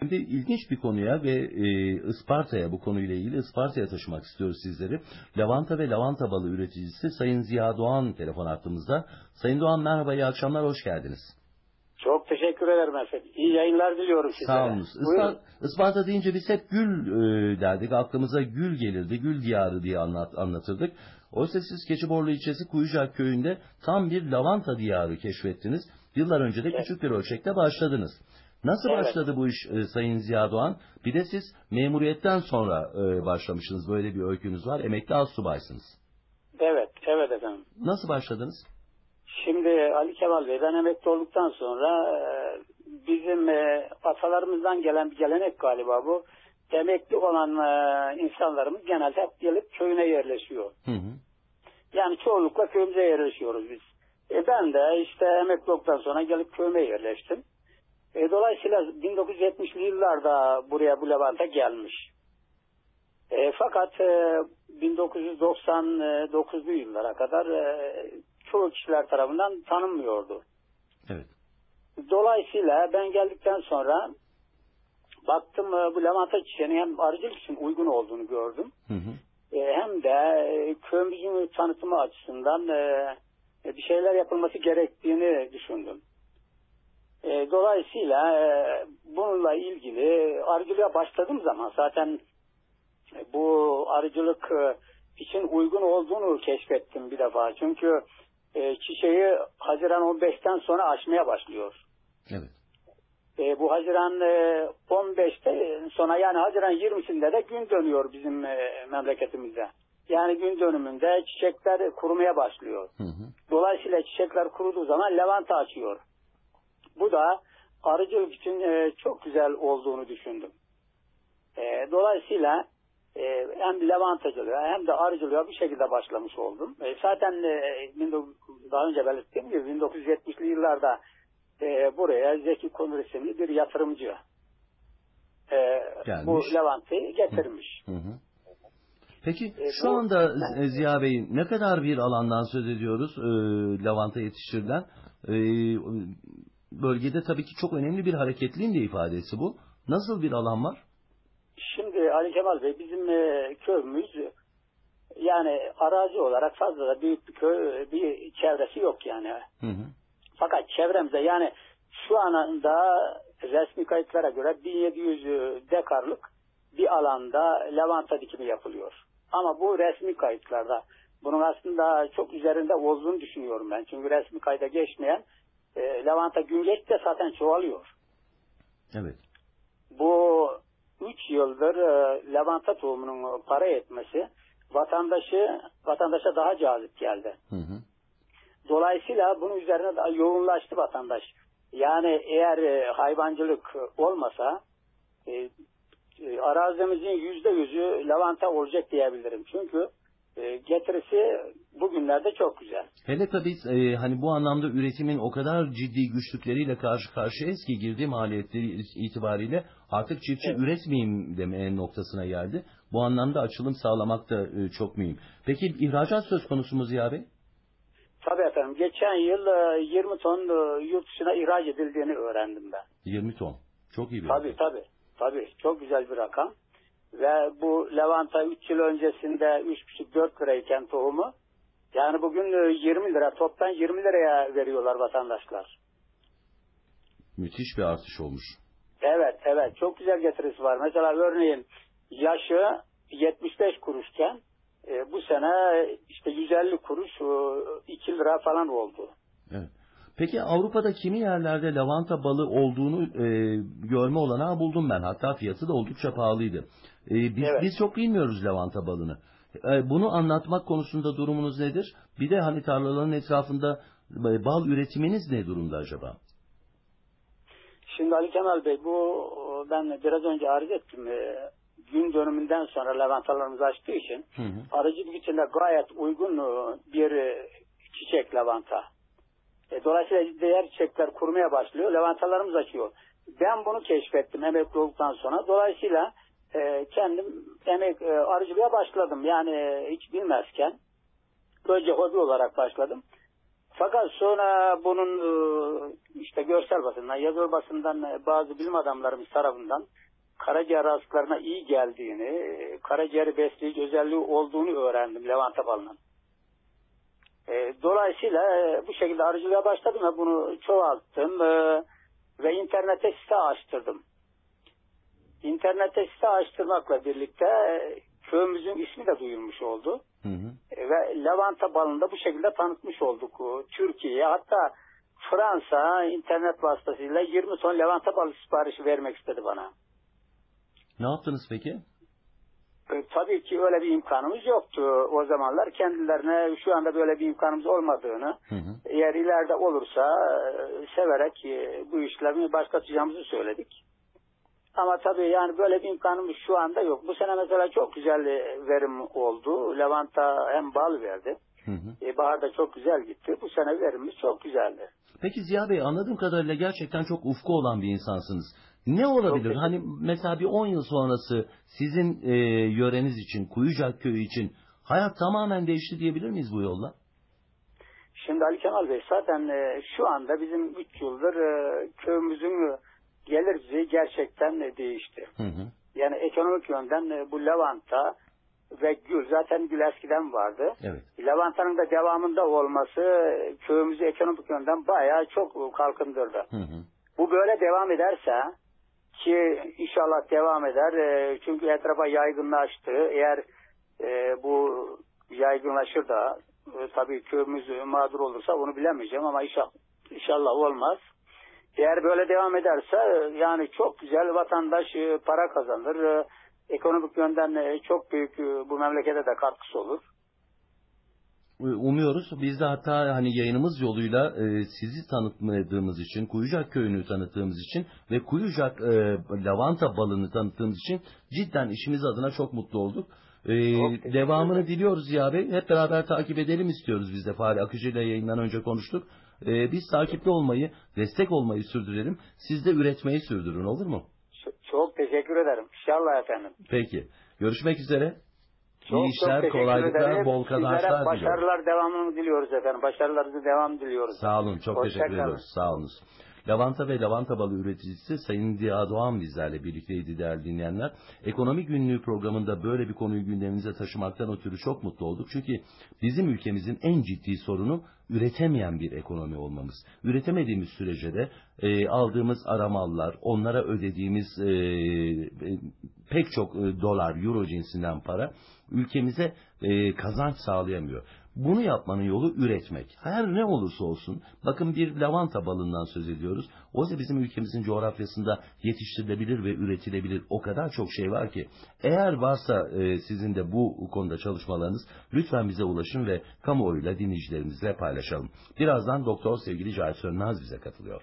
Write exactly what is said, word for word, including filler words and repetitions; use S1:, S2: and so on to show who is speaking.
S1: Şimdi ilginç bir konuya ve e, Isparta'ya, bu konuyla ilgili Isparta'ya taşımak istiyoruz sizleri. Lavanta ve lavanta balı üreticisi Sayın Ziya Doğan telefon hattımızda. Sayın Doğan merhaba, iyi akşamlar, hoş geldiniz.
S2: Çok teşekkür ederim efendim. İyi yayınlar diliyorum sizlere.
S1: Sağ olunuz. Ispar Isparta deyince biz hep gül e, derdik, aklımıza gül gelirdi, gül diyarı diye anlat anlatırdık. Oysa siz Keçiborlu ilçesi Kuyucak köyünde tam bir lavanta diyarı keşfettiniz. Yıllar önce de
S2: Evet.
S1: küçük bir ölçekte başladınız. Nasıl
S2: Evet.
S1: başladı bu iş e, Sayın Ziya Doğan? Bir de siz memuriyetten sonra e, başlamışsınız. Böyle bir öykünüz var. Emekli astsubaysınız.
S2: Evet, evet efendim.
S1: Nasıl başladınız?
S2: Şimdi Ali Kemal Bey, ben emekli olduktan sonra e, bizim e, atalarımızdan gelen bir gelenek galiba bu. Emekli olan e, insanlarımız genelde hep gelip köyüne yerleşiyor.
S1: Hı hı.
S2: Yani çoğunlukla köyümüze yerleşiyoruz biz. E, ben de işte emekli olduktan sonra gelip köyüme yerleştim. E, dolayısıyla bin dokuz yüz yetmişli yıllarda buraya bu lavanta gelmiş. E, fakat e, bin dokuz yüz doksan dokuzlu yıllara kadar e, çoğu kişiler tarafından tanınmıyordu.
S1: Evet.
S2: Dolayısıyla ben geldikten sonra baktım e, bu lavanta çiçeğinin hem arıcılık için uygun olduğunu gördüm.
S1: Hı hı.
S2: E, hem de e, köyümüzün tanıtımı açısından e, bir şeyler yapılması gerektiğini düşündüm. E, dolayısıyla e, bununla ilgili arıcılığa başladığım zaman zaten bu arıcılık için uygun olduğunu keşfettim bir defa. Çünkü e, çiçeği Haziran on beşten sonra açmaya başlıyor.
S1: Evet.
S2: E, bu Haziran e, on beşte sonra, yani Haziran yirmisinde de gün dönüyor bizim e, memleketimize. Yani gün dönümünde çiçekler kurumaya başlıyor.
S1: Hı hı.
S2: Dolayısıyla çiçekler kuruduğu zaman lavanta açıyor. Bu da arıcılık için e, çok güzel olduğunu düşündüm. E, dolayısıyla e, hem lavantacılığa hem de arıcılığa bu şekilde başlamış oldum. E, zaten e, daha önce belirttiğim gibi bin dokuz yüz yetmişli yıllarda e, buraya Zeki Konur isimli bir yatırımcı e, bu lavantayı getirmiş.
S1: Hı hı. Peki
S2: E,
S1: şu
S2: bu,
S1: anda Ziya Bey, ne kadar bir alandan söz ediyoruz e, lavanta yetiştirilen? E, bölgede tabii ki çok önemli bir hareketliğin de ifadesi bu. Nasıl bir alan var?
S2: Şimdi Ali Kemal Bey, bizim e, köyümüz yani arazi olarak fazla da büyük bir köy, bir çevresi yok yani.
S1: Hı hı.
S2: Fakat çevremizde yani şu anda resmi kayıtlara göre bin yedi yüz dekarlık bir alanda lavanta dikimi yapılıyor. Ama bu resmi kayıtlarda. Bunun aslında çok üzerinde olduğunu düşünüyorum ben. Çünkü resmi kayda geçmeyen e, lavanta gün geçti zaten çoğalıyor.
S1: Evet.
S2: Bu üç yıldır e, lavanta tohumunun para etmesi vatandaşı vatandaşa daha cazip geldi.
S1: Hı hı.
S2: Dolayısıyla bunun üzerine daha yoğunlaştı vatandaş. Yani eğer e, hayvancılık olmasa e, e, arazimizin yüzde yüzü lavanta olacak diyebilirim. Çünkü e, getirisi bugünlerde çok güzel.
S1: Hele tabii e, hani bu anlamda üretimin o kadar ciddi güçlükleriyle karşı karşıyayız ki girdi maliyetleri itibariyle artık çiftçi
S2: Evet.
S1: üretmeyeyim deme noktasına geldi. Bu anlamda açılım sağlamak da e, çok mühim. Peki ihracat söz konusu mu Ziya Bey?
S2: Tabii efendim. Geçen yıl e, yirmi ton e, yurt dışına ihraç edildiğini öğrendim ben.
S1: yirmi ton. Çok iyi bir
S2: Tabii
S1: rakam.
S2: tabii. Tabii. Çok güzel bir rakam. Ve bu lavanta üç yıl öncesinde üç buçuk dört lirayken tohumu, yani bugün yirmi lira, toptan yirmi liraya veriyorlar vatandaşlar.
S1: Müthiş bir artış olmuş.
S2: Evet, evet. Çok güzel getirisi var. Mesela örneğin yaşı yetmiş beş kuruşken e, bu sene işte yüz elli kuruş, iki lira falan oldu.
S1: Evet. Peki Avrupa'da kimi yerlerde lavanta balı olduğunu e, görme olanağı buldum ben. Hatta fiyatı da oldukça pahalıydı. E, biz
S2: Evet.
S1: biz çok bilmiyoruz lavanta balını. E, bunu anlatmak konusunda durumunuz nedir? Bir de hani tarlaların etrafında e, bal üretiminiz ne durumda acaba?
S2: Şimdi Ali Kemal Bey, bu ben biraz önce arz ettim. E, gün dönümünden sonra lavantalarımız açtığı için
S1: Hı hı.
S2: arıcılık için de gayet uygun bir e, çiçek lavanta. E, dolayısıyla diğer çiçekler kurmaya başlıyor, lavantalarımız açıyor. Ben bunu keşfettim emekli olduktan sonra. Dolayısıyla e, kendim emek e, arıcılığa başladım. Yani e, hiç bilmezken önce hobi olarak başladım. Fakat sonra bunun e, işte görsel basından, yazılı basından e, bazı bilim adamlarımız tarafından karaciğer hastalarına iyi geldiğini, e, karaciğeri besleyici özelliği olduğunu öğrendim lavanta balının. E, dolayısıyla e, bu şekilde arıcılığa başladım ve bunu çoğalttım e, ve internete site açtırdım. İnternette site açtırmakla birlikte e, köyümüzün ismi de duyulmuş oldu.
S1: Hı hı.
S2: E, ve lavanta balını da bu şekilde tanıtmış olduk e, Türkiye'ye. Hatta Fransa internet vasıtasıyla yirmi ton lavanta balı siparişi vermek istedi bana.
S1: Ne yaptınız peki?
S2: E, tabii ki öyle bir imkanımız yoktu o zamanlar. Kendilerine şu anda böyle bir imkanımız olmadığını,
S1: Hı hı.
S2: eğer ileride olursa e, severek e, bu işlemi başlatacağımızı söyledik. Ama tabii yani böyle bir imkanımız şu anda yok. Bu sene mesela çok güzel e, verim oldu. Lavanta hem bal verdi.
S1: Hı hı.
S2: E, bahar da çok güzel gitti. Bu sene verimimiz çok güzeldi.
S1: Peki Ziya Bey, anladığım kadarıyla gerçekten çok ufku olan bir insansınız. Ne olabilir?
S2: Çok
S1: Hani mesela bir on yıl sonrası sizin e, yöreniz için, Kuyucak Köyü için hayat tamamen değişti diyebilir miyiz bu yolla?
S2: Şimdi Ali Kemal Bey zaten e, şu anda bizim üç yıldır e, köyümüzün e, gelir düzeyi gerçekten e, değişti.
S1: Hı hı.
S2: Yani ekonomik yönden e, bu lavanta ve gül, zaten gül eskiden vardı.
S1: Evet.
S2: Lavantanın da devamında olması e, köyümüzü ekonomik yönden bayağı çok kalkındırdı.
S1: Hı hı.
S2: Bu böyle devam ederse, ki inşallah devam eder, e, çünkü etrafa yaygınlaştı. Eğer e, bu yaygınlaşır da e, tabii köyümüz mağdur olursa onu bilemeyeceğim ama inşallah, inşallah olmaz. Eğer böyle devam ederse e, yani çok güzel vatandaş e, para kazanır. E, ekonomik yönden e, çok büyük e, bu memlekete de katkısı olur.
S1: Umuyoruz. Biz de hatta hani yayınımız yoluyla e, sizi tanıtmadığımız için, Kuyucak Köyü'nü tanıttığımız için ve Kuyucak e, lavanta balını tanıttığımız için cidden işimiz adına çok mutlu olduk. E, devamını diliyoruz Ziya Bey. Hep beraber takip edelim istiyoruz biz de. Fahri Akıcı ile yayından önce konuştuk. E, biz takipte olmayı, destek olmayı sürdürelim. Siz de üretmeyi sürdürün, olur mu?
S2: Çok, çok teşekkür ederim. İnşallah efendim.
S1: Peki. Görüşmek üzere.
S2: Çok,
S1: İyi işler,
S2: çok
S1: kolaylıklar,
S2: ederim.
S1: bol kazançlar
S2: Sizlere
S1: diliyorum.
S2: başarılar devamını diliyoruz efendim. Başarılarınızı devam diliyoruz.
S1: Sağ olun, çok
S2: Hoşça
S1: teşekkür
S2: kalın.
S1: ediyoruz. Sağ olunuz. Lavanta ve lavanta balı üreticisi Sayın Ziya Doğan bizlerle birlikteydi değerli dinleyenler. Ekonomi Günlüğü programında böyle bir konuyu gündemimize taşımaktan ötürü çok mutlu olduk. Çünkü bizim ülkemizin en ciddi sorunu üretemeyen bir ekonomi olmamız. Üretemediğimiz sürece de e, aldığımız aramallar, onlara ödediğimiz e, e, pek çok e, dolar, euro cinsinden para ülkemize e, kazanç sağlayamıyor. Bunu yapmanın yolu üretmek. Her ne olursa olsun, bakın bir lavanta balından söz ediyoruz. Oysa bizim ülkemizin coğrafyasında yetiştirilebilir ve üretilebilir o kadar çok şey var ki. Eğer varsa e, sizin de bu konuda çalışmalarınız, lütfen bize ulaşın ve kamuoyuyla, dinleyicilerimizle paylaşalım. Birazdan Doktor sevgili Cahit Sönmez bize katılıyor.